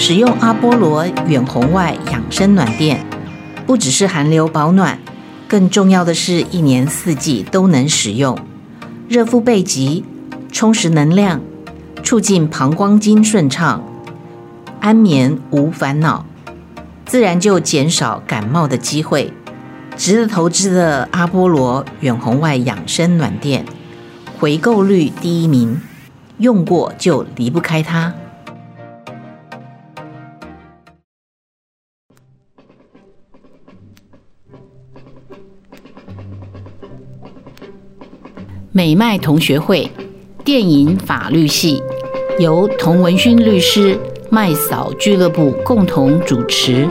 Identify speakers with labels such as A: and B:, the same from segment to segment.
A: 使用阿波罗远红外养生暖垫，不只是寒流保暖，更重要的是一年四季都能使用，热敷背脊，充实能量，促进膀胱经顺畅，安眠无烦恼，自然就减少感冒的机会。值得投资的阿波罗远红外养生暖垫，回购率第一名，用过就离不开它。美麦同学会电影法律系由童文勋律师、麦嫂俱乐部共同主持。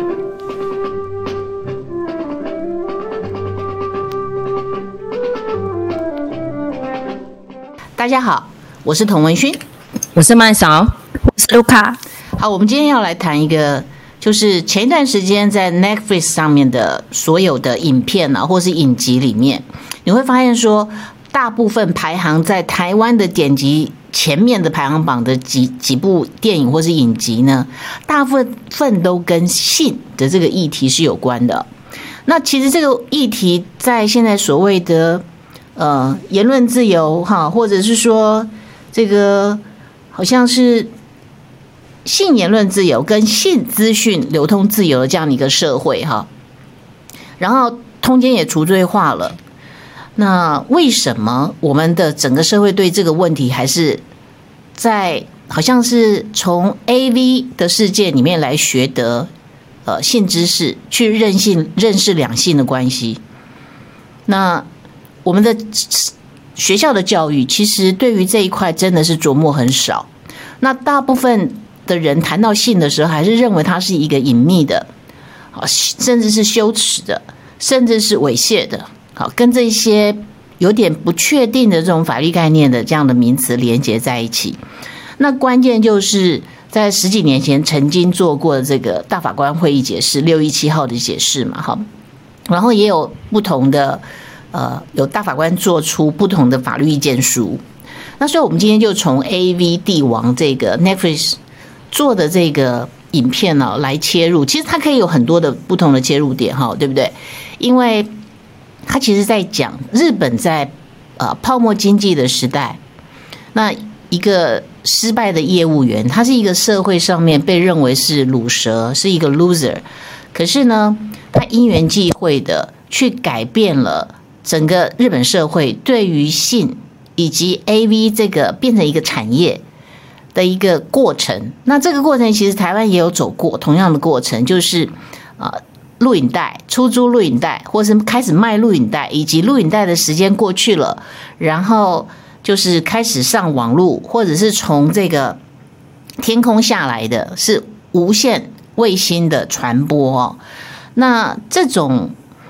A: 大家好，我是童文勋，
B: 我是麦嫂，
C: 我是卢卡。
A: 好，我们今天要来谈一个，就是前一段时间在 Netflix 上面的所有的影片啊，或是影集里面，你会发现说，大部分排行在台湾的点击前面的排行榜的几部电影或是影集呢，大部分都跟性的这个议题是有关的。那其实这个议题在现在所谓的言论自由哈，或者是说这个好像是性言论自由跟性资讯流通自由的这样的一个社会哈，然后通奸也除罪化了。那为什么我们的整个社会对这个问题还是在好像是从 AV 的世界里面来学得性知识，去认识两性的关系？那我们的学校的教育其实对于这一块真的是琢磨很少。那大部分的人谈到性的时候，还是认为它是一个隐秘的，甚至是羞耻的，甚至是猥亵的。好，跟这些有点不确定的这种法律概念的这样的名词连结在一起。那关键就是在十几年前曾经做过这个大法官会议解释617号的解释嘛，好，然后也有不同的有大法官做出不同的法律意见书。那所以我们今天就从 AV 帝王这个 Netflix 做的这个影片呢来切入。其实它可以有很多的不同的切入点哈，对不对？因为他其实在讲日本在泡沫经济的时代，那一个失败的业务员，他是一个社会上面被认为是鲁蛇，是一个 loser， 可是呢，他因缘际会的去改变了整个日本社会对于性以及 AV 这个变成一个产业的一个过程。那这个过程其实台湾也有走过同样的过程，就是录影带、出租录影带，或是开始卖录影带，以及录影带的时间过去了，然后就是开始上网路，或者是从这个天空下来的是无线卫星的传播哦。那这种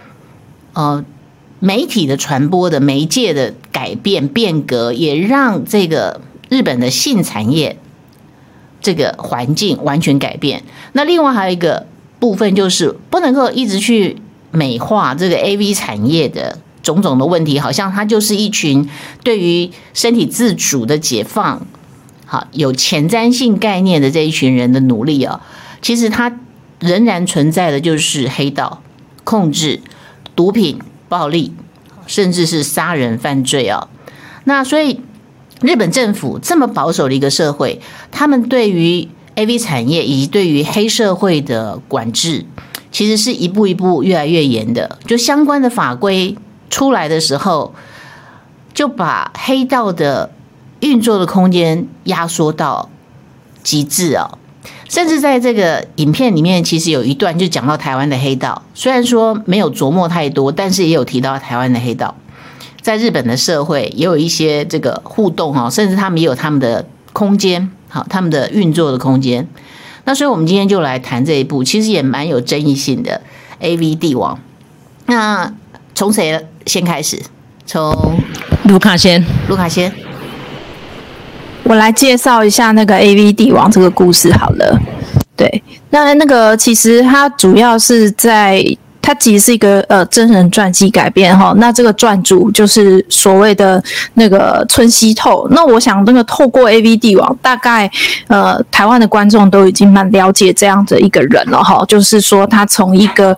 A: 媒体的传播的媒介的改变变革，也让这个日本的性产业这个环境完全改变。那另外还有一个部分就是不能够一直去美化这个 AV 产业的种种的问题，好像它就是一群对于身体自主的解放，好有前瞻性概念的这一群人的努力啊，其实它仍然存在的就是黑道、控制、毒品、暴力，甚至是杀人犯罪啊。那所以日本政府这么保守的一个社会，他们对于AV 产业以及对于黑社会的管制，其实是一步一步越来越严的。就相关的法规出来的时候，就把黑道的运作的空间压缩到极致哦。甚至在这个影片里面，其实有一段就讲到台湾的黑道，虽然说没有琢磨太多，但是也有提到台湾的黑道在日本的社会也有一些这个互动哈，甚至他们也有他们的空间，好，他们的运作的空间。那所以我们今天就来谈这一部其实也蛮有争议性的 AV 帝王。那从谁先开始？从
B: 卢卡先。
A: 卢卡先。
C: 我来介绍一下那个 AV 帝王这个故事好了。对，那个其实它主要是在它其实是一个真人传记改编哈。那这个传主就是所谓的那个村西透。那我想那个透过 AV 帝王，大概台湾的观众都已经蛮了解这样的一个人了哈。就是说他从一个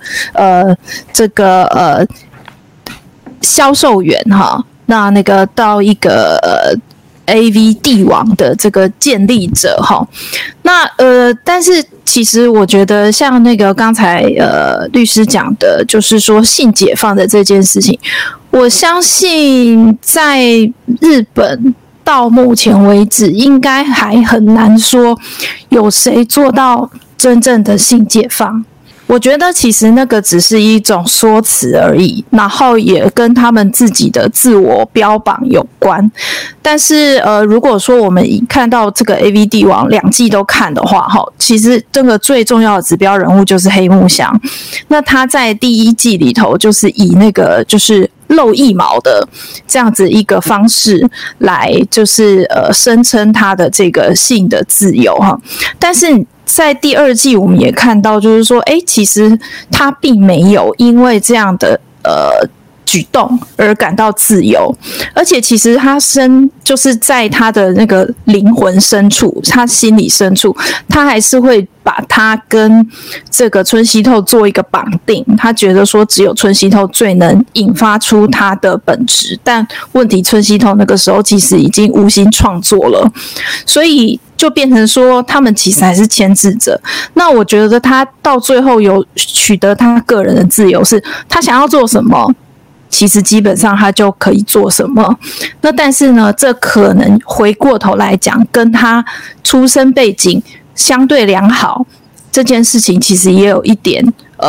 C: 销售员哈，那个到一个AV 帝王的这个建立者哈，那但是其实我觉得像那个刚才律师讲的，就是说性解放的这件事情，我相信在日本到目前为止，应该还很难说有谁做到真正的性解放。我觉得其实那个只是一种说辞而已，然后也跟他们自己的自我标榜有关。但是如果说我们看到这个 AV 帝王2季都看的话，其实这个最重要的指标人物就是黑木香。那他在第1季里头就是以那个就是露一毛的这样子一个方式来就是声称他的这个性的自由哈，但是在第2季我们也看到就是说其实他并没有因为这样的举动而感到自由，而且其实他就是在他的那个灵魂深处，他心理深处，他还是会把他跟这个村西透做一个绑定，他觉得说只有村西透最能引发出他的本质，但问题村西透那个时候其实已经无心创作了，所以就变成说他们其实还是牵制者。那我觉得他到最后有取得他个人的自由，是他想要做什么其实基本上他就可以做什么。那但是呢，这可能回过头来讲，跟他出身背景相对良好这件事情，其实也有一点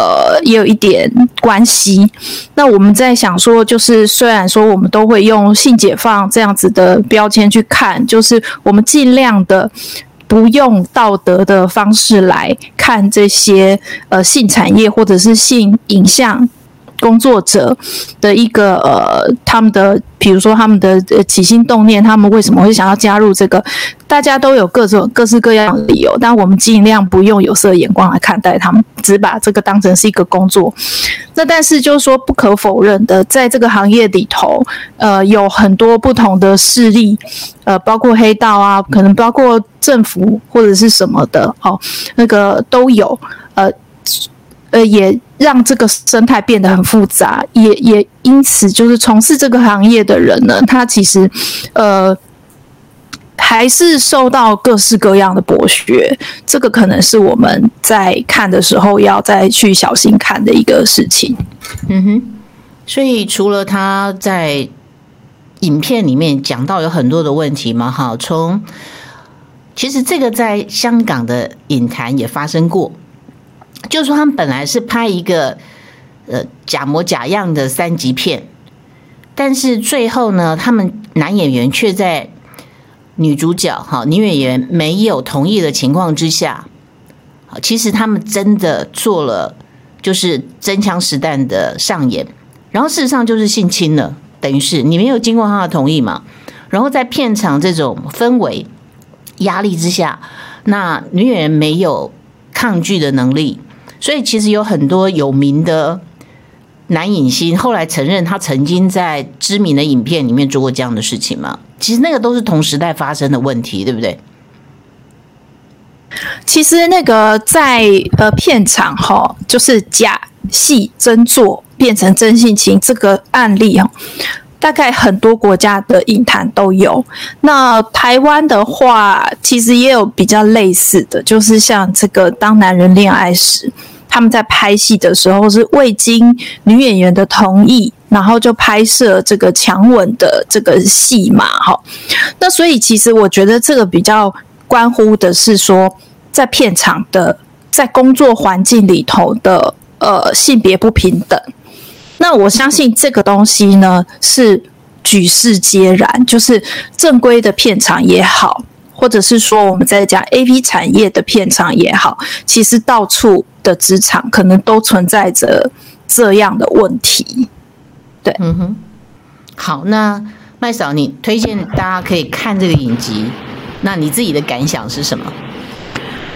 C: 关系。那我们在想说，就是虽然说我们都会用性解放这样子的标签去看，就是我们尽量的不用道德的方式来看这些性产业或者是性影像工作者的一个他们的比如说他们的起心动念，他们为什么会想要加入这个，大家都有各式各样的理由，但我们尽量不用有色眼光来看待他们，只把这个当成是一个工作。那但是就是说不可否认的，在这个行业里头有很多不同的势力，包括黑道啊，可能包括政府或者是什么的那个都有也让这个生态变得很复杂，也因此就是从事这个行业的人呢，他其实还是受到各式各样的剥削，这个可能是我们在看的时候要再去小心看的一个事情。
A: 所以除了他在影片里面讲到有很多的问题嘛，其实这个在香港的影坛也发生过。就是说他们本来是拍一个假模假样的3级片，但是最后呢，他们男演员却在女主角女演员没有同意的情况之下，其实他们真的做了就是真枪实弹的上演，然后事实上就是性侵了，等于是你没有经过他的同意嘛，然后在片场这种氛围压力之下，那女演员没有抗拒的能力。所以其实有很多有名的男影星后来承认他曾经在知名的影片里面做过这样的事情嘛，其实那个都是同时代发生的问题，对不对？
C: 其实那个在片场就是假戏真做变成真性情这个案例大概很多国家的影坛都有。那台湾的话其实也有比较类似的，就是像这个当男人恋爱时，他们在拍戏的时候是未经女演员的同意，然后就拍摄这个强吻的这个戏码那所以其实我觉得这个比较关乎的是说在片场的在工作环境里头的性别不平等。那我相信这个东西呢是举世皆然，就是正规的片场也好，或者是说我们在讲 AV 产业的片场也好，其实到处的职场可能都存在着这样的问题。对，
A: 好，那麦嫂，你推荐大家可以看这个影集，那你自己的感想是什么？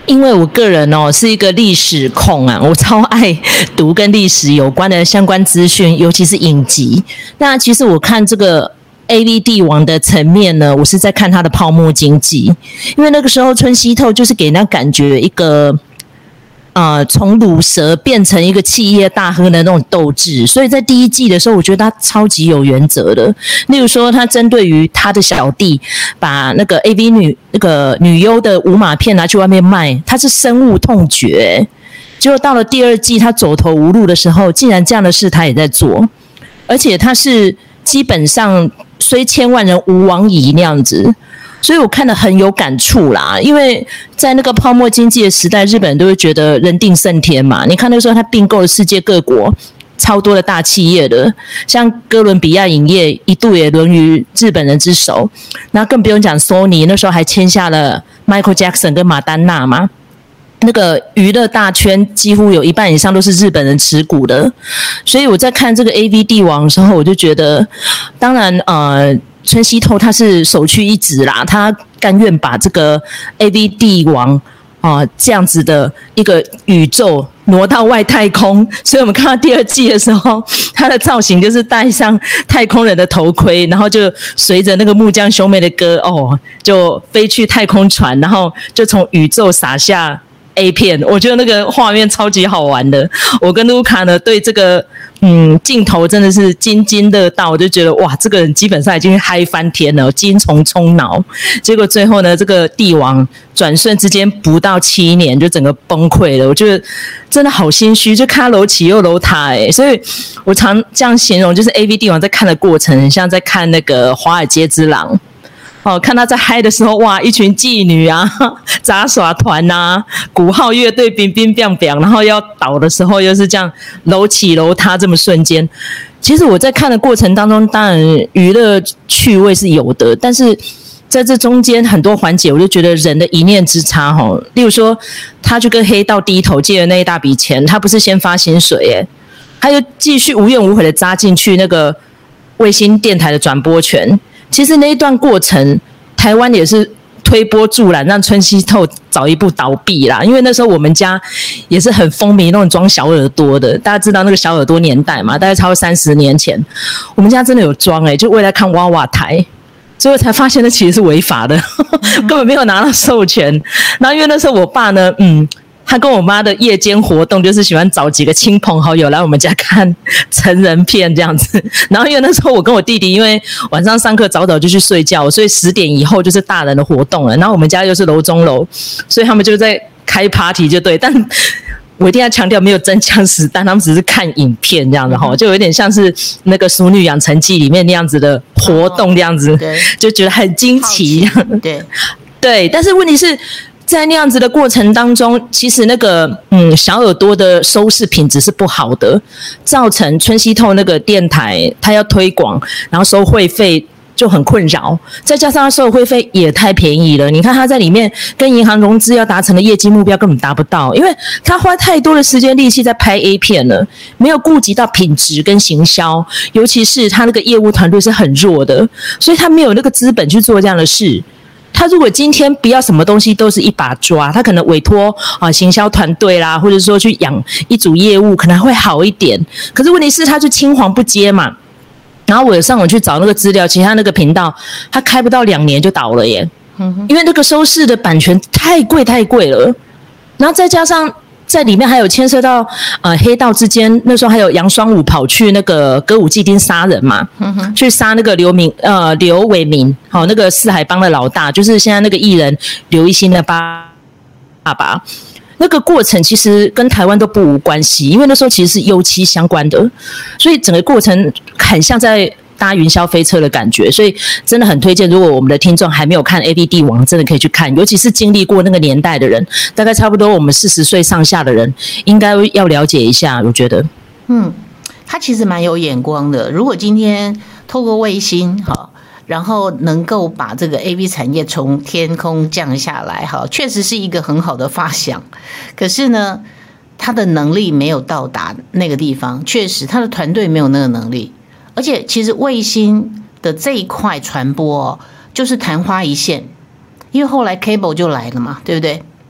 B: 因为我个人是一个历史控啊，我超爱读跟历史有关的相关资讯，尤其是影集。那其实我看这个 AV 帝王的层面呢，我是在看他的泡沫经济，因为那个时候春熙透就是给人家感觉一个从乳蛇变成一个企业大亨的那种斗志，所以在第一季的时候，我觉得他超级有原则的。例如说，他针对于他的小弟，把那个 AV 女优的无码片拿去外面卖，他是深恶痛绝。结果到了第二季，他走投无路的时候，竟然这样的事他也在做，而且他是基本上虽千万人吾往矣那样子。所以我看得很有感触啦，因为在那个泡沫经济的时代，日本人都会觉得人定胜天嘛。你看那个时候他并购了世界各国超多的大企业的，像哥伦比亚影业一度也沦于日本人之手，那更不用讲 Sony 那时候还签下了 Michael Jackson 跟马丹娜嘛。那个娱乐大圈几乎有一半以上都是日本人持股的，所以我在看这个 AV 帝王的时候，我就觉得，当然春熙透他是首屈一指啦，他甘愿把这个 AV 帝王这样子的一个宇宙挪到外太空，所以我们看到第二季的时候，他的造型就是戴上太空人的头盔，然后就随着那个木匠兄妹的歌就飞去太空船，然后就从宇宙撒下A 片，我觉得那个画面超级好玩的。我跟卢卡呢对这个镜头真的是津津乐道，我就觉得哇，这个人基本上已经嗨翻天了，精虫充脑。结果最后呢，这个帝王转瞬之间不到7年就整个崩溃了，我觉得真的好心虚，就看他楼起又楼塌所以我常这样形容，就是 AV 帝王在看的过程，很像在看那个《华尔街之狼》。看他在嗨的时候，哇，一群妓女啊，杂耍团啊，鼓号乐队冰冰冰冰，然后要倒的时候又是这样楼起楼塌这么瞬间。其实我在看的过程当中，当然娱乐趣味是有的，但是在这中间很多环节，我就觉得人的一念之差例如说，他去跟黑道低头借了那一大笔钱，他不是先发薪水他就继续无怨无悔的扎进去那个卫星电台的转播权。其实那一段过程，台湾也是推波助澜，让春熙透早一步倒闭啦。因为那时候我们家也是很风靡那种装小耳朵的，大家知道那个小耳朵年代嘛，大概超过30年前，我们家真的有装就为了看娃娃台，所以我才发现那其实是违法的，根本没有拿到授权。然后因为那时候我爸呢，他跟我妈的夜间活动就是喜欢找几个亲朋好友来我们家看成人片这样子。然后因为那时候我跟我弟弟因为晚上上课早早就去睡觉，所以10点以后就是大人的活动了。然后我们家又是楼中楼，所以他们就在开 party 就对。但我一定要强调没有真枪实弹，他们只是看影片这样子就有点像是那个《熟女养成记》里面那样子的活动这样子，就觉得很惊奇。对，但是问题是，在那样子的过程当中，其实那个小耳朵的收视品质是不好的，造成春熙透那个电台它要推广，然后收会费就很困扰，再加上他收会费也太便宜了。你看他在里面跟银行融资要达成的业绩目标根本达不到，因为他花太多的时间力气在拍 A 片了，没有顾及到品质跟行销，尤其是他那个业务团队是很弱的，所以他没有那个资本去做这样的事。他如果今天不要什么东西都是一把抓，他可能委托行销团队啦，或者说去养一组业务可能会好一点。可是问题是他就青黄不接嘛。然后我有上网去找那个资料，其实他那个频道他开不到2年就倒了耶，因为那个收视的版权太贵了。然后再加上在里面还有牵涉到黑道之间，那时候还有杨双武跑去那个歌舞伎町杀人嘛，去杀那个刘伟民，那个四海帮的老大，就是现在那个艺人刘一星的爸爸。那个过程其实跟台湾都不无关系，因为那时候其实是油漆相关的，所以整个过程很像在搭云霄飞车的感觉，所以真的很推荐，如果我们的听众还没有看 AV 帝王，真的可以去看，尤其是经历过那个年代的人，大概差不多我们40岁上下的人应该要了解一下，我觉得
A: 他其实蛮有眼光的。如果今天透过卫星然后能够把这个 AV 产业从天空降下来确实是一个很好的发想。可是呢，他的能力没有到达那个地方，确实他的团队没有那个能力。而且其实卫星的这一块传播就是昙花一现，因为后来 cable 就来了嘛，对不对？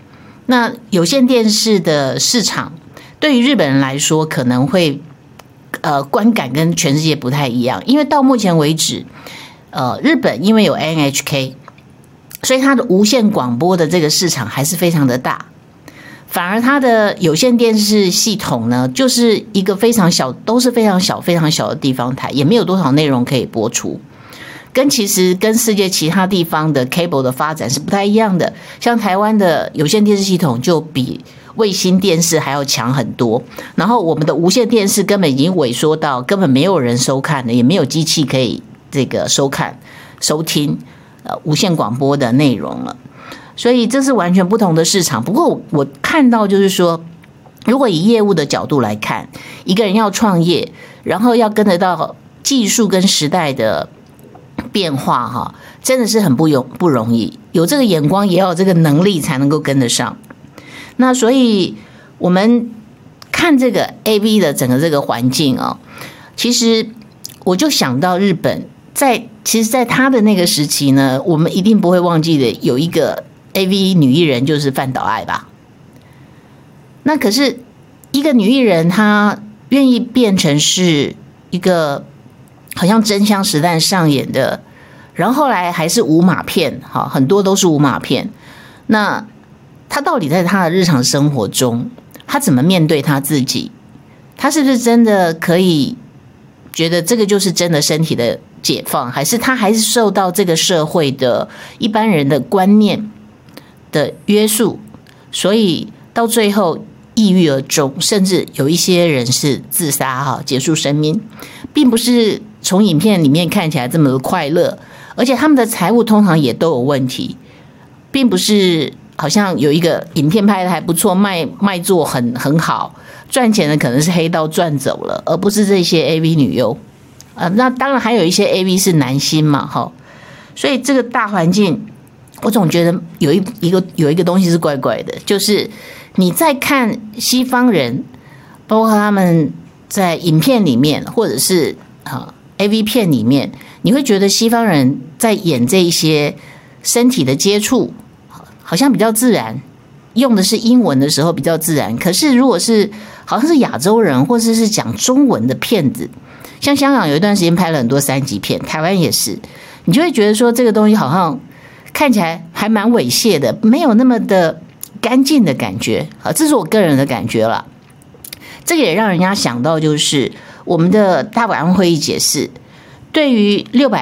A: 那有线电视的市场对于日本人来说可能会观感跟全世界不太一样，因为到目前为止日本因为有 NHK， 所以它的无线广播的这个市场还是非常的大，反而它的有线电视系统呢，就是一个非常小，都是非常小非常小的地方台，也没有多少内容可以播出，其实跟世界其他地方的 cable 的发展是不太一样的。像台湾的有线电视系统就比卫星电视还要强很多，然后我们的无线电视根本已经萎缩到根本没有人收看了，也没有机器可以这个收看收听无线广播的内容了，所以这是完全不同的市场。不过我看到就是说，如果以业务的角度来看，一个人要创业，然后要跟得到技术跟时代的变化哈，真的是很不容易，有这个眼光也要有这个能力才能够跟得上。那所以我们看这个 AV 的整个这个环境啊，其实我就想到日本其实在他的那个时期呢，我们一定不会忘记的有一个 AV 女艺人，就是饭岛爱吧。那可是一个女艺人，她愿意变成是一个好像真枪实弹上演的，然后后来还是无码片，很多都是无码片。那她到底在她的日常生活中，她怎么面对她自己？她是不是真的可以觉得这个就是真的身体的解放，还是她还是受到这个社会的一般人的观念的约束，所以到最后抑郁而终，甚至有一些人是自杀结束生命，并不是从影片里面看起来这么的快乐，而且他们的财务通常也都有问题，并不是好像有一个影片拍的还不错，卖座很好，赚钱的可能是黑道赚走了，而不是这些 AV 女优那当然还有一些 AV 是男星嘛所以这个大环境，我总觉得有一个东西是怪怪的，就是你在看西方人，包括他们在影片里面或者是AV 片里面，你会觉得西方人在演这一些身体的接触好像比较自然，用的是英文的时候比较自然。可是如果是好像是亚洲人或者是讲中文的片子，像香港有一段时间拍了很多3级片，台湾也是，你就会觉得说这个东西好像看起来还蛮猥亵的，没有那么的干净的感觉这是我个人的感觉了。这个也让人家想到，就是我们的大法官会议解释，对于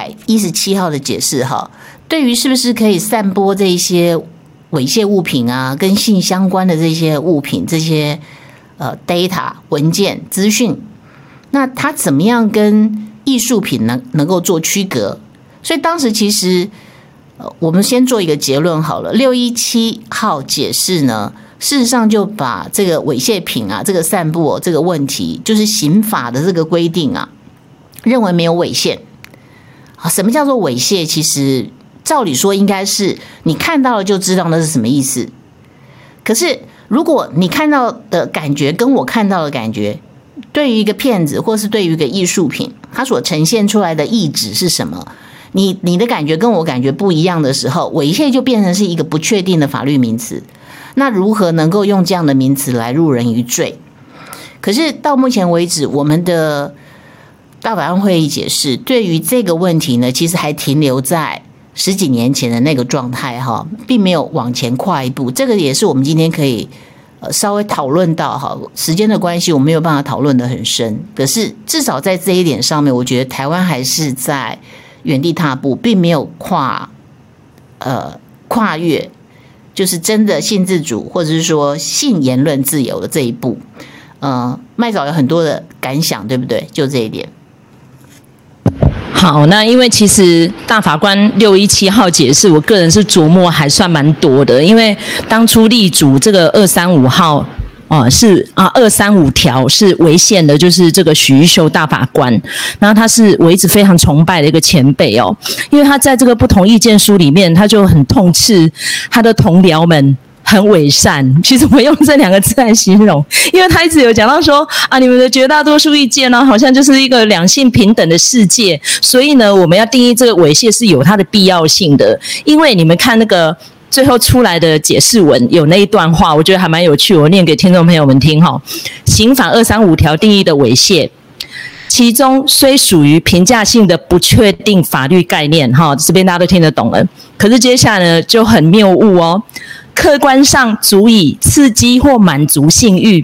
A: 617号的解释对于是不是可以散播这一些猥亵物品跟性相关的这些物品，这些data 文件资讯，那它怎么样跟艺术品能够做区隔？所以当时其实我们先做一个结论好了，617号解释呢，事实上就把这个猥亵品这个散布这个问题，就是刑法的这个规定认为没有违宪。什么叫做猥亵？其实照理说应该是你看到了就知道那是什么意思。可是如果你看到的感觉跟我看到的感觉，对于一个片子或是对于一个艺术品，它所呈现出来的意旨是什么，你的感觉跟我感觉不一样的时候，猥亵就变成是一个不确定的法律名词。那如何能够用这样的名词来入人于罪？可是到目前为止，我们的大法官会议解释对于这个问题呢，其实还停留在10几年前的那个状态并没有往前跨一步。这个也是我们今天可以稍微讨论到时间的关系，我没有办法讨论得很深。可是至少在这一点上面，我觉得台湾还是在原地踏步，并没有跨越，就是真的性自主或者是说性言论自由的这一步。麦嫂有很多的感想，对不对？就这一点。
B: 好，那因为其实大法官617号解释，我个人是琢磨还算蛮多的，因为当初立主这个235号是235条是违宪的，就是这个许玉秀大法官，然后他是我一直非常崇拜的一个前辈因为他在这个不同意见书里面，他就很痛斥他的同僚们很伪善。其实我用这2个字来形容，因为他一直有讲到说你们的绝大多数意见呢，好像就是一个两性平等的世界，所以呢，我们要定义这个猥亵是有它的必要性的。因为你们看那个最后出来的解释文有那一段话，我觉得还蛮有趣，我念给听众朋友们听哈。刑法235条定义的猥亵，其中虽属于评价性的不确定法律概念哈，这边大家都听得懂了。可是接下来呢就很谬误哦，客观上足以刺激或满足性欲，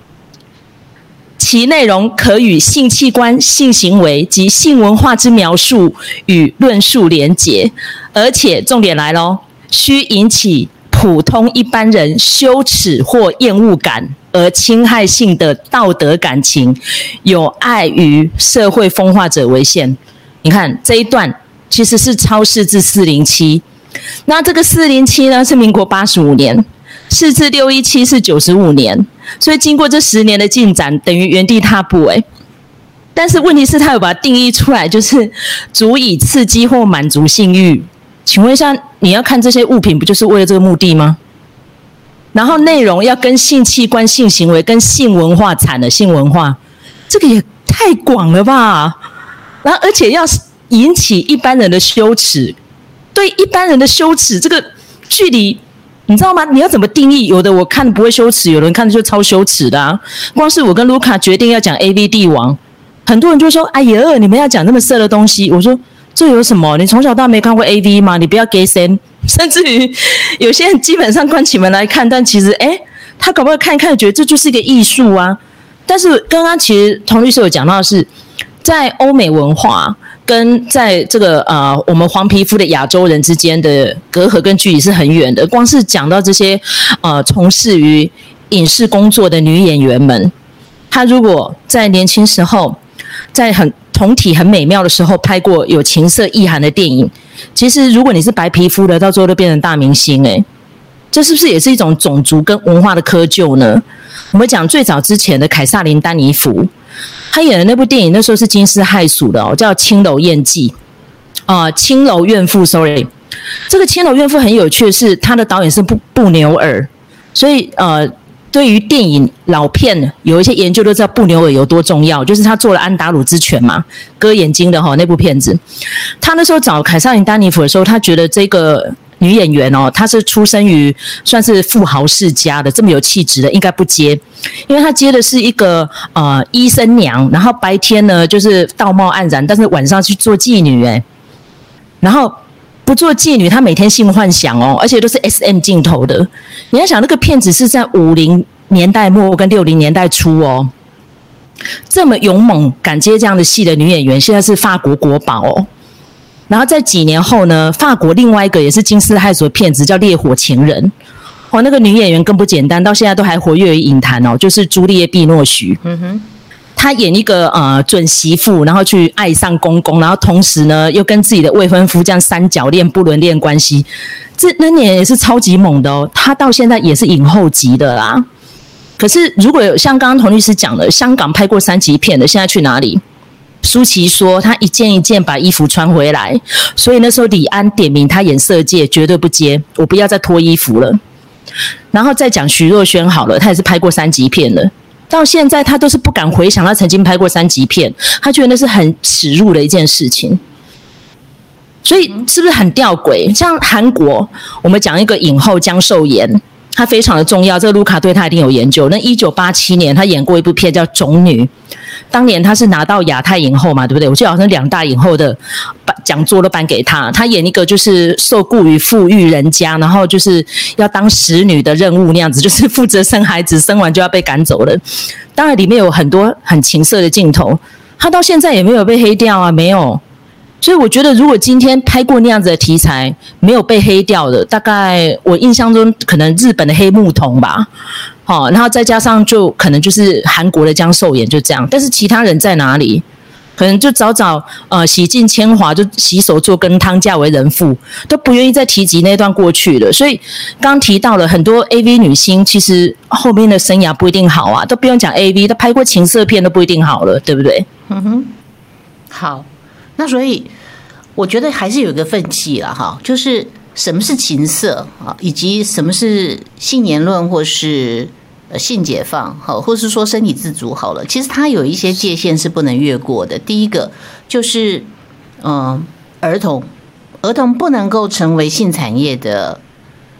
B: 其内容可与性器官、性行为及性文化之描述与论述连结，而且重点来咯，需引起普通一般人羞耻或厌恶感而侵害性的道德感情，有碍于社会风化者为限。你看这一段其实是超释字407，那这个407呢是民国85年，释字617是95年，所以经过这10年的进展，等于原地踏步但是问题是他有把它定义出来，就是足以刺激或满足性欲。请问一下，你要看这些物品不就是为了这个目的吗？然后内容要跟性器官、性行为跟性文化惨了，性文化这个也太广了吧。然后而且要引起一般人的羞耻，对一般人的羞耻这个距离你知道吗？你要怎么定义？有的我看不会羞耻，有人看就超羞耻的光是我跟卢卡决定要讲 AV 帝王，很多人就说哎呀你们要讲那么色的东西，我说这有什么？你从小到大没看过 AV 吗？你不要给神。甚至于有些人基本上关起门来看，但其实他搞不好看一看觉得这就是一个艺术啊。但是刚刚其实童律师有讲到的是，在欧美文化跟在这个我们黄皮肤的亚洲人之间的隔阂跟距离是很远的。光是讲到这些从事于影视工作的女演员们，她如果在年轻时候在酮体很美妙的时候拍过有情色意涵的电影，其实如果你是白皮肤的，到最后都变成大明星这是不是也是一种种族跟文化的窠臼呢？我们讲最早之前的凯撒琳丹尼弗，他演的那部电影那时候是惊世骇俗的叫《青楼艳妓》青楼怨妇 sorry。 这个青楼怨妇很有趣的是，他的导演是布纽尔，所以对于电影老片有一些研究都知道布纽尔有多重要，就是他做了安达鲁之拳嘛，割眼睛的那部片子。他那时候找凯撒琳丹尼弗的时候，他觉得这个女演员她是出生于算是富豪世家的，这么有气质的应该不接，因为她接的是一个医生娘，然后白天呢就是道貌岸然，但是晚上去做妓女然后不做妓女，她每天性幻想而且都是 SM 镜头的。你要想那个片子是在50年代末跟60年代初这么勇猛敢接这样的戏的女演员，现在是法国国宝然后在几年后呢，法国另外一个也是惊世骇俗的片子叫《烈火情人》那个女演员更不简单，到现在都还活跃于影坛就是朱丽叶·碧诺许。她演一个准媳妇，然后去爱上公公，然后同时呢又跟自己的未婚夫这样三角恋不伦恋关系，那年也是超级猛的她到现在也是影后级的啦。可是如果有像刚刚童律师讲的，香港拍过3级片的，现在去哪里？舒淇说她一件一件把衣服穿回来，所以那时候李安点名她演色戒，绝对不接，我不要再脱衣服了。然后再讲徐若瑄好了，她也是拍过3级片的，到现在她都是不敢回想她曾经拍过3级片，她觉得那是很耻辱的一件事情。所以是不是很吊诡？像韩国，我们讲一个影后姜寿妍，她非常的重要，这个卢卡对她一定有研究。那1987年她演过一部片叫《种女》，当年她是拿到亚太影后嘛，对不对？我记得好像2大影后的讲座都颁给她。她演一个就是受雇于富裕人家，然后就是要当使女的任务那样子，就是负责生孩子，生完就要被赶走了。当然里面有很多很情色的镜头，她到现在也没有被黑掉啊，没有。所以我觉得如果今天拍过那样子的题材没有被黑掉的，大概我印象中可能日本的黑木瞳吧，然后再加上就可能就是韩国的姜寿妍，就这样。但是其他人在哪里？可能就早洗尽铅华，就洗手做羹汤，嫁为人妇，都不愿意再提及那段过去了。所以刚提到了很多 AV 女星，其实后面的生涯不一定好啊，都不用讲 AV， 她拍过情色片都不一定好了，对不对？
A: 好。那所以我觉得还是有一个分歧啦就是什么是情色以及什么是性言论或是性解放或是说身体自主好了，其实它有一些界限是不能越过的。第一个就是儿童不能够成为性产业的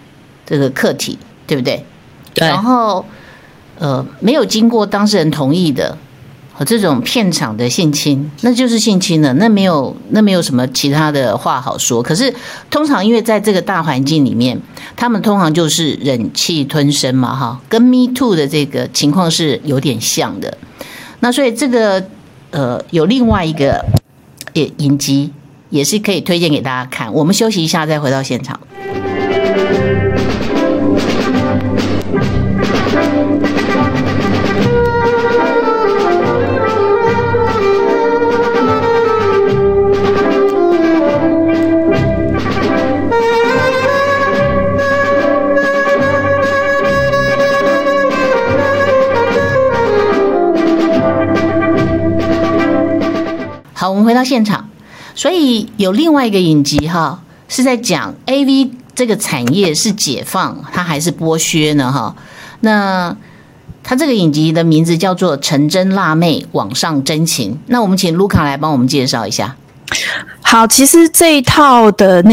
A: 这个客体，对不对？
B: 对。
A: 然后没有经过当事人同意的这种片场的性侵，那就是性侵了，那没有什么其他的话好说。可是通常因为在这个大环境里面，他们通常就是忍气吞声嘛，哈，跟 Me Too 的这个情况是有点像的。那所以这个有另外一个影集也是可以推荐给大家看。我们休息一下再回到现场。好，我们回到现场。所以有另外一个影集哈，是在讲 AV 这个产业是解放，它还是剥削呢哈？那它这个影集的名字叫做《成真辣妹网上真情》。那我们请卢卡来帮我们介绍一下。
C: 好，其实这一套的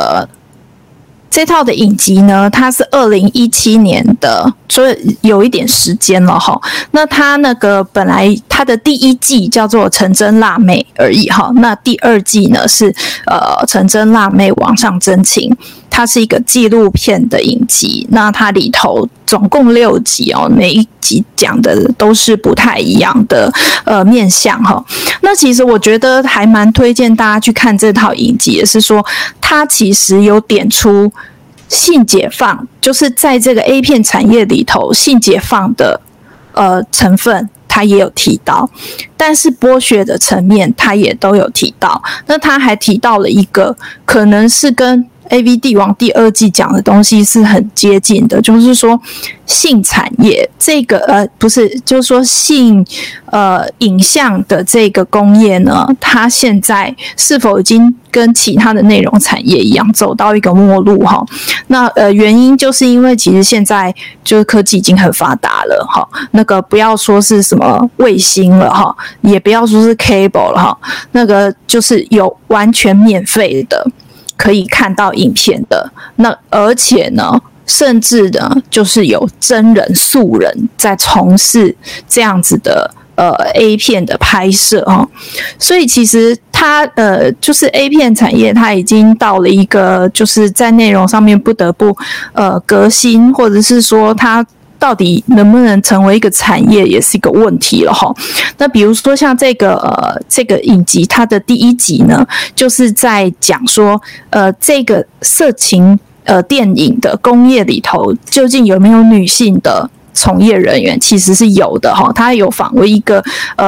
C: 影集呢，它是2017年的，所以有一点时间了哈。那它那个本来它的第一季叫做《成真辣妹》而已哈，那第二季呢是成真辣妹网上真情，它是一个纪录片的影集。那它里头总共6集哦，每一集讲的都是不太一样的面向哈。那其实我觉得还蛮推荐大家去看这套影集，也是说它其实有点出性解放，就是在这个 A 片产业里头，性解放的成分他也有提到，但是剥削的层面他也都有提到。那他还提到了一个可能是跟 AV 帝王第2季讲的东西是很接近的，就是说性产业这个不是，就是说性影像的这个工业呢，它现在是否已经跟其他的内容产业一样走到一个末路哈？那原因就是因为其实现在就是科技已经很发达了哈，那个不要说是什么卫星了哈，也不要说是 cable 了哈，那个就是有完全免费的可以看到影片的，那而且呢，甚至呢，就是有真人素人在从事这样子的A 片的拍摄哈，所以其实它就是 A 片产业，它已经到了一个就是在内容上面不得不革新，或者是说它到底能不能成为一个产业，也是一个问题了哈。那比如说像这个影集，它的第1集呢，就是在讲说这个色情电影的工业里头，究竟有没有女性的从业人员？其实是有的哈。他有访问一个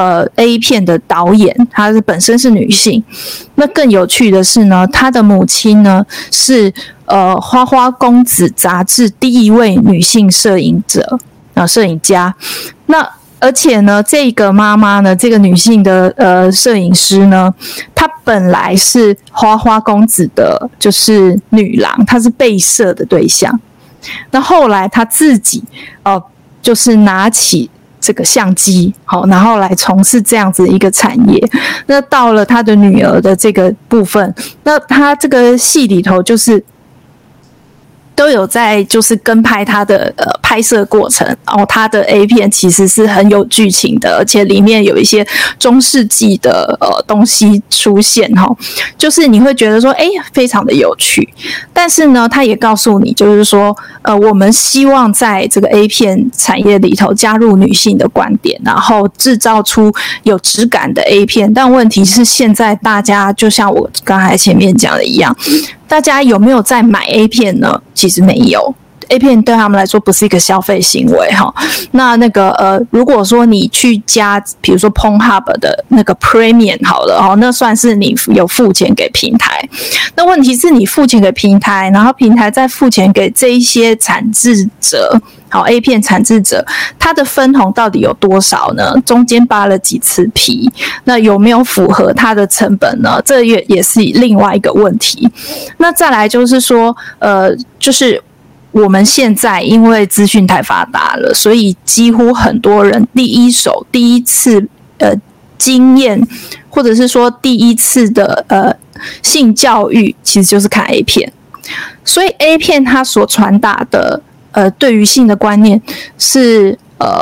C: A 片的导演，她本身是女性。那更有趣的是呢，她的母亲呢是花花公子杂志第1位女性摄影家。那而且呢，这个妈妈呢，这个女性的摄影师呢，她本来是花花公子的，就是女郎，她是被摄的对象。那后来她自己就是拿起这个相机，好，然后来从事这样子一个产业。那到了她的女儿的这个部分，那她这个戏里头就是都有在就是跟拍他的拍摄过程，然后他的 A 片其实是很有剧情的，而且里面有一些中世纪的东西出现哈，就是你会觉得说非常的有趣。但是呢，他也告诉你，就是说我们希望在这个 A 片产业里头加入女性的观点，然后制造出有质感的 A 片。但问题是现在大家就像我刚才前面讲的一样，大家有没有在买 A 片呢？其实没有。A 片对他们来说不是一个消费行为哈。那个如果说你去加，比如说 Pornhub 的那个 Premium 好了哈，那算是你有付钱给平台。那问题是你付钱给平台，然后平台再付钱给这一些产制者，好 A 片产制者，他的分红到底有多少呢？中间扒了几次皮，那有没有符合他的成本呢？这也是另外一个问题。那再来就是说，就是我们现在因为资讯太发达了，所以几乎很多人第一次经验，或者是说第一次的性教育，其实就是看 A 片。 所以 A 片它所传达的对于性的观念是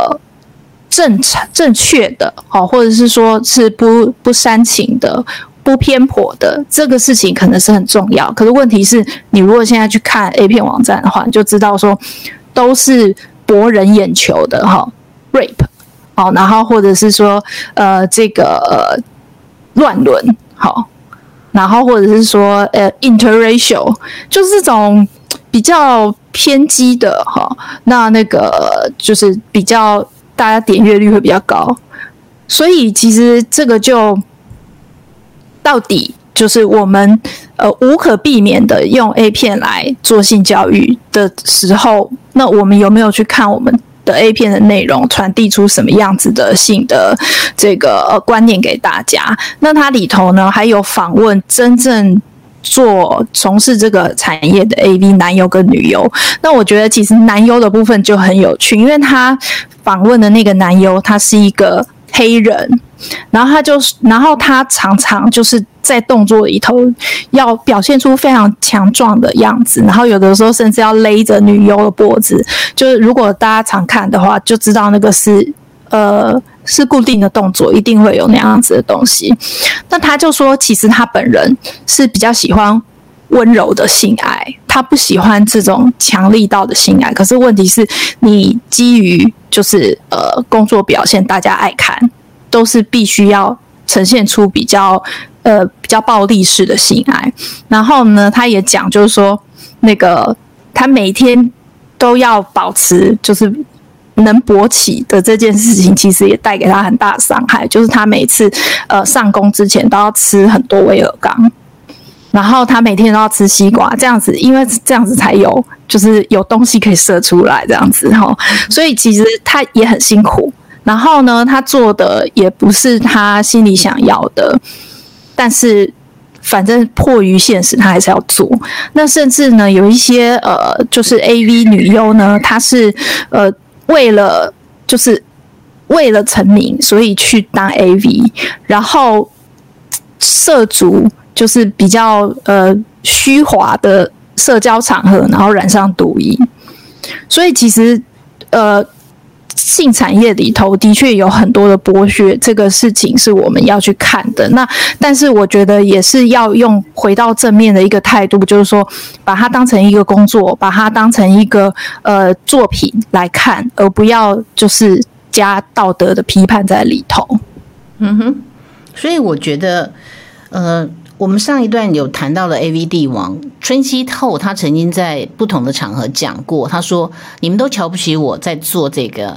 C: 正确的，或者是说是不煽情的、不偏颇的，这个事情可能是很重要。可是问题是，你如果现在去看 A 片网站的话，你就知道说都是博人眼球的rape， 然后或者是说这个乱伦，然后或者是说interracial， 就是这种比较偏激的那个就是比较大家点阅率会比较高，所以其实这个就到底就是我们无可避免的用 A 片来做性教育的时候，那我们有没有去看我们的 A 片的内容传递出什么样子的性的这个观念给大家？那它里头呢还有访问真正从事这个产业的 AV 男优跟女优。那我觉得其实男优的部分就很有趣，因为他访问的那个男优他是一个黑人，然后他常常就是在动作里头要表现出非常强壮的样子，然后有的时候甚至要勒着女优的脖子，就是如果大家常看的话就知道那个是固定的动作，一定会有那样子的东西。那他就说其实他本人是比较喜欢温柔的性爱，他不喜欢这种强力道的性爱。可是问题是你基于就是工作表现大家爱看，都是必须要呈现出比较暴力式的性爱。然后呢他也讲就是说那个他每天都要保持就是能勃起的这件事情，其实也带给他很大的伤害，就是他每次上工之前都要吃很多威尔刚，然后他每天都要吃西瓜，这样子，因为这样子才有就是有东西可以射出来这样子所以其实他也很辛苦。然后呢他做的也不是他心里想要的，但是反正迫于现实他还是要做。那甚至呢有一些就是 AV 女优呢，她是为了成名所以去当 AV， 然后涉足就是比较虚华的社交场合，然后染上毒瘾。所以其实性产业里头的确有很多的剥削，这个事情是我们要去看的。那但是我觉得也是要用回到正面的一个态度，就是说把它当成一个工作，把它当成一个作品来看，而不要就是加道德的批判在里头。
A: 所以我觉得我们上一段有谈到了 AV 帝王春熙透，他曾经在不同的场合讲过，他说你们都瞧不起我在做这个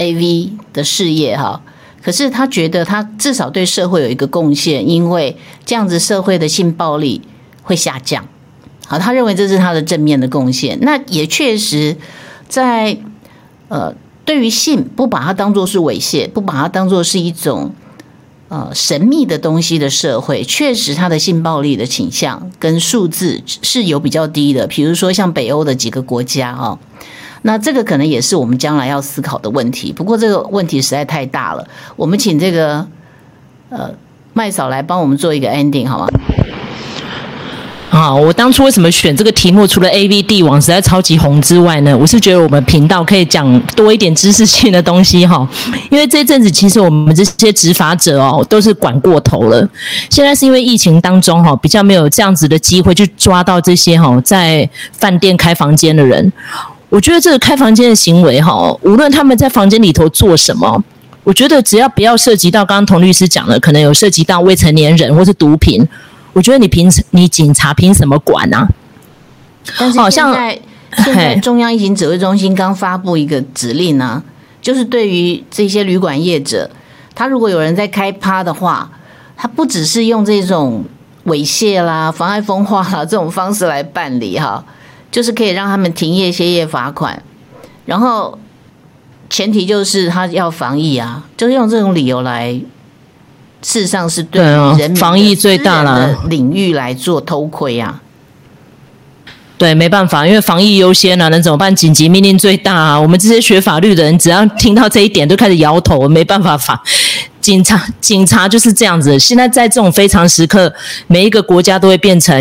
A: AV 的事业可是他觉得他至少对社会有一个贡献，因为这样子社会的性暴力会下降。好，他认为这是他的正面的贡献。那也确实在对于性不把它当作是猥亵，不把它当作是一种神秘的东西的社会，确实它的性暴力的倾向跟数字是有比较低的。比如说像北欧的几个国家那这个可能也是我们将来要思考的问题。不过这个问题实在太大了，我们请这个麦嫂来帮我们做一个 ending 好吗？
B: 我当初为什么选这个题目，除了 AV 帝王实在超级红之外呢，我是觉得我们频道可以讲多一点知识性的东西因为这阵子其实我们这些执法者都是管过头了。现在是因为疫情当中比较没有这样子的机会去抓到这些在饭店开房间的人。我觉得这个开房间的行为无论他们在房间里头做什么，我觉得只要不要涉及到刚刚童律师讲的，可能有涉及到未成年人或是毒品，我觉得你警察凭什么管啊？
A: 但是现在中央疫情指挥中心刚发布一个指令就是对于这些旅馆业者，他如果有人在开趴的话，他不只是用这种猥亵啦、妨碍风化啦这种方式来办理就是可以让他们停业歇业罚款，然后前提就是他要防疫就是用这种理由来，事实上是对人民
B: 防疫最大
A: 的领域来做偷窥
B: 对，没办法，因为防疫优先能怎么办？紧急命令最大我们这些学法律的人，只要听到这一点都开始摇头，没办法警察就是这样子。现在在这种非常时刻，每一个国家都会变成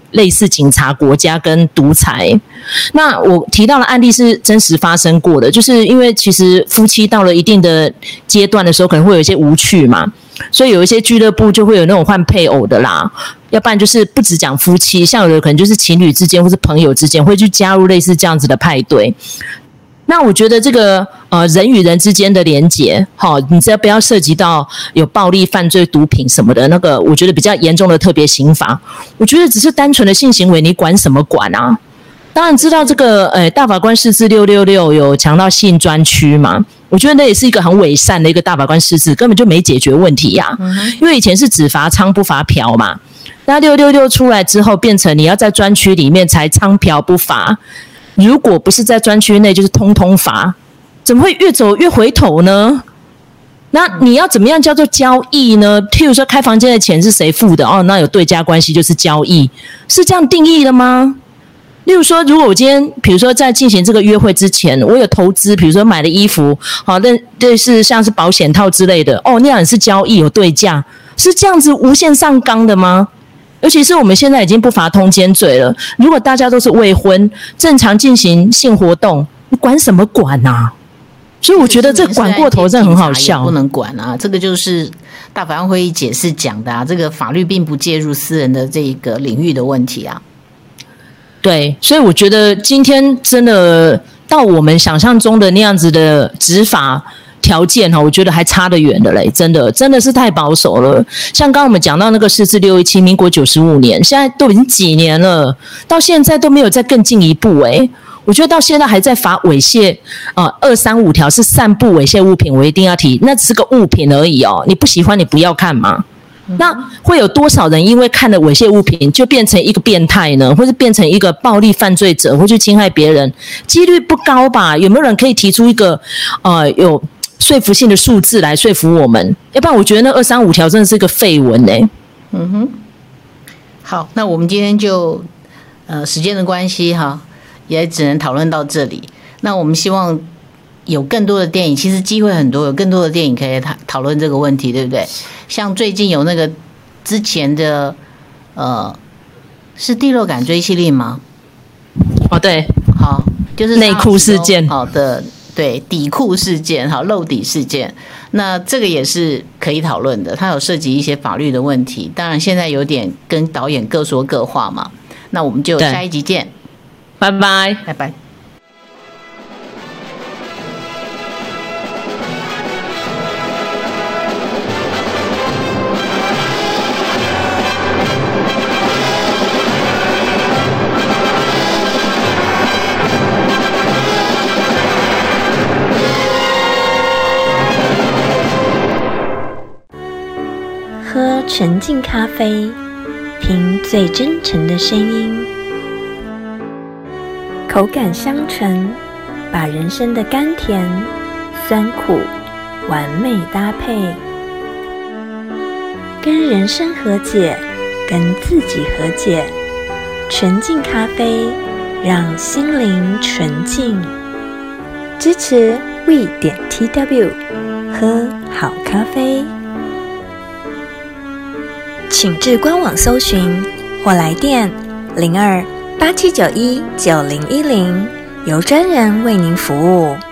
B: 类似警察国家跟独裁。那我提到的案例是真实发生过的，就是因为其实夫妻到了一定的阶段的时候，可能会有一些无趣嘛，所以有一些俱乐部就会有那种换配偶的啦，要不然就是不只讲夫妻，像有的可能就是情侣之间或是朋友之间会去加入类似这样子的派对。那我觉得这个人与人之间的连结，你只要不要涉及到有暴力犯罪、毒品什么的，那个我觉得比较严重的特别刑罚，我觉得只是单纯的性行为，你管什么管啊？当然知道这个大法官释字666有强调性专区嘛，我觉得那也是一个很伪善的一个大法官释字，根本就没解决问题呀。因为以前是只罚娼不罚嫖嘛，那666出来之后变成你要在专区里面才娼嫖不罚。如果不是在专区内，就是通通罚，怎么会越走越回头呢？那你要怎么样叫做交易呢？譬如说开房间的钱是谁付的？那有对价关系就是交易，是这样定义的吗？例如说，如果我今天比如说在进行这个约会之前，我有投资，比如说买了衣服，类似像是保险套之类的，那样也是交易，有对价，是这样子无限上纲的吗？尤其是我们现在已经不罚通奸罪了，如果大家都是未婚，正常进行性活动，你管什么管啊？所以我觉得这管过头真的很好笑，
A: 不能管啊！这个就是大法官会议解释讲的啊，这个法律并不介入私人的这个领域的问题啊。
B: 对，所以我觉得今天真的到我们想象中的那样子的执法条件我觉得还差得远的嘞，真的是太保守了。像刚刚我们讲到那个释字617，民国95年，现在都已经几年了，到现在都没有再更进一步我觉得到现在还在罚猥亵235条是散布猥亵物品，我一定要提，那只是个物品而已你不喜欢你不要看嘛。那会有多少人因为看了猥亵物品就变成一个变态呢？或是变成一个暴力犯罪者，或去侵害别人？几率不高吧？有没有人可以提出一个有说服性的数字来说服我们？要不然我觉得那235条真的是一个废文
A: 好，那我们今天就时间的关系也只能讨论到这里。那我们希望有更多的电影，其实机会很多，有更多的电影可以讨论这个问题，对不对？像最近有那个之前的是第六感追缉令吗？
B: 对，
A: 好，就是
B: 内裤事件，
A: 好的，对，底裤事件，好，漏底事件，那这个也是可以讨论的，它有涉及一些法律的问题，当然现在有点跟导演各说各话嘛。那我们就下一集见，
B: 拜拜，
A: 拜拜。
D: 喝纯净咖啡，听最真诚的声音，口感香醇，把人生的甘甜、酸苦完美搭配，跟人生和解，跟自己和解。纯净咖啡，让心灵纯净。支持 we.tw， 喝好咖啡。请至官网搜寻或来电02-8791-9010，由专人为您服务。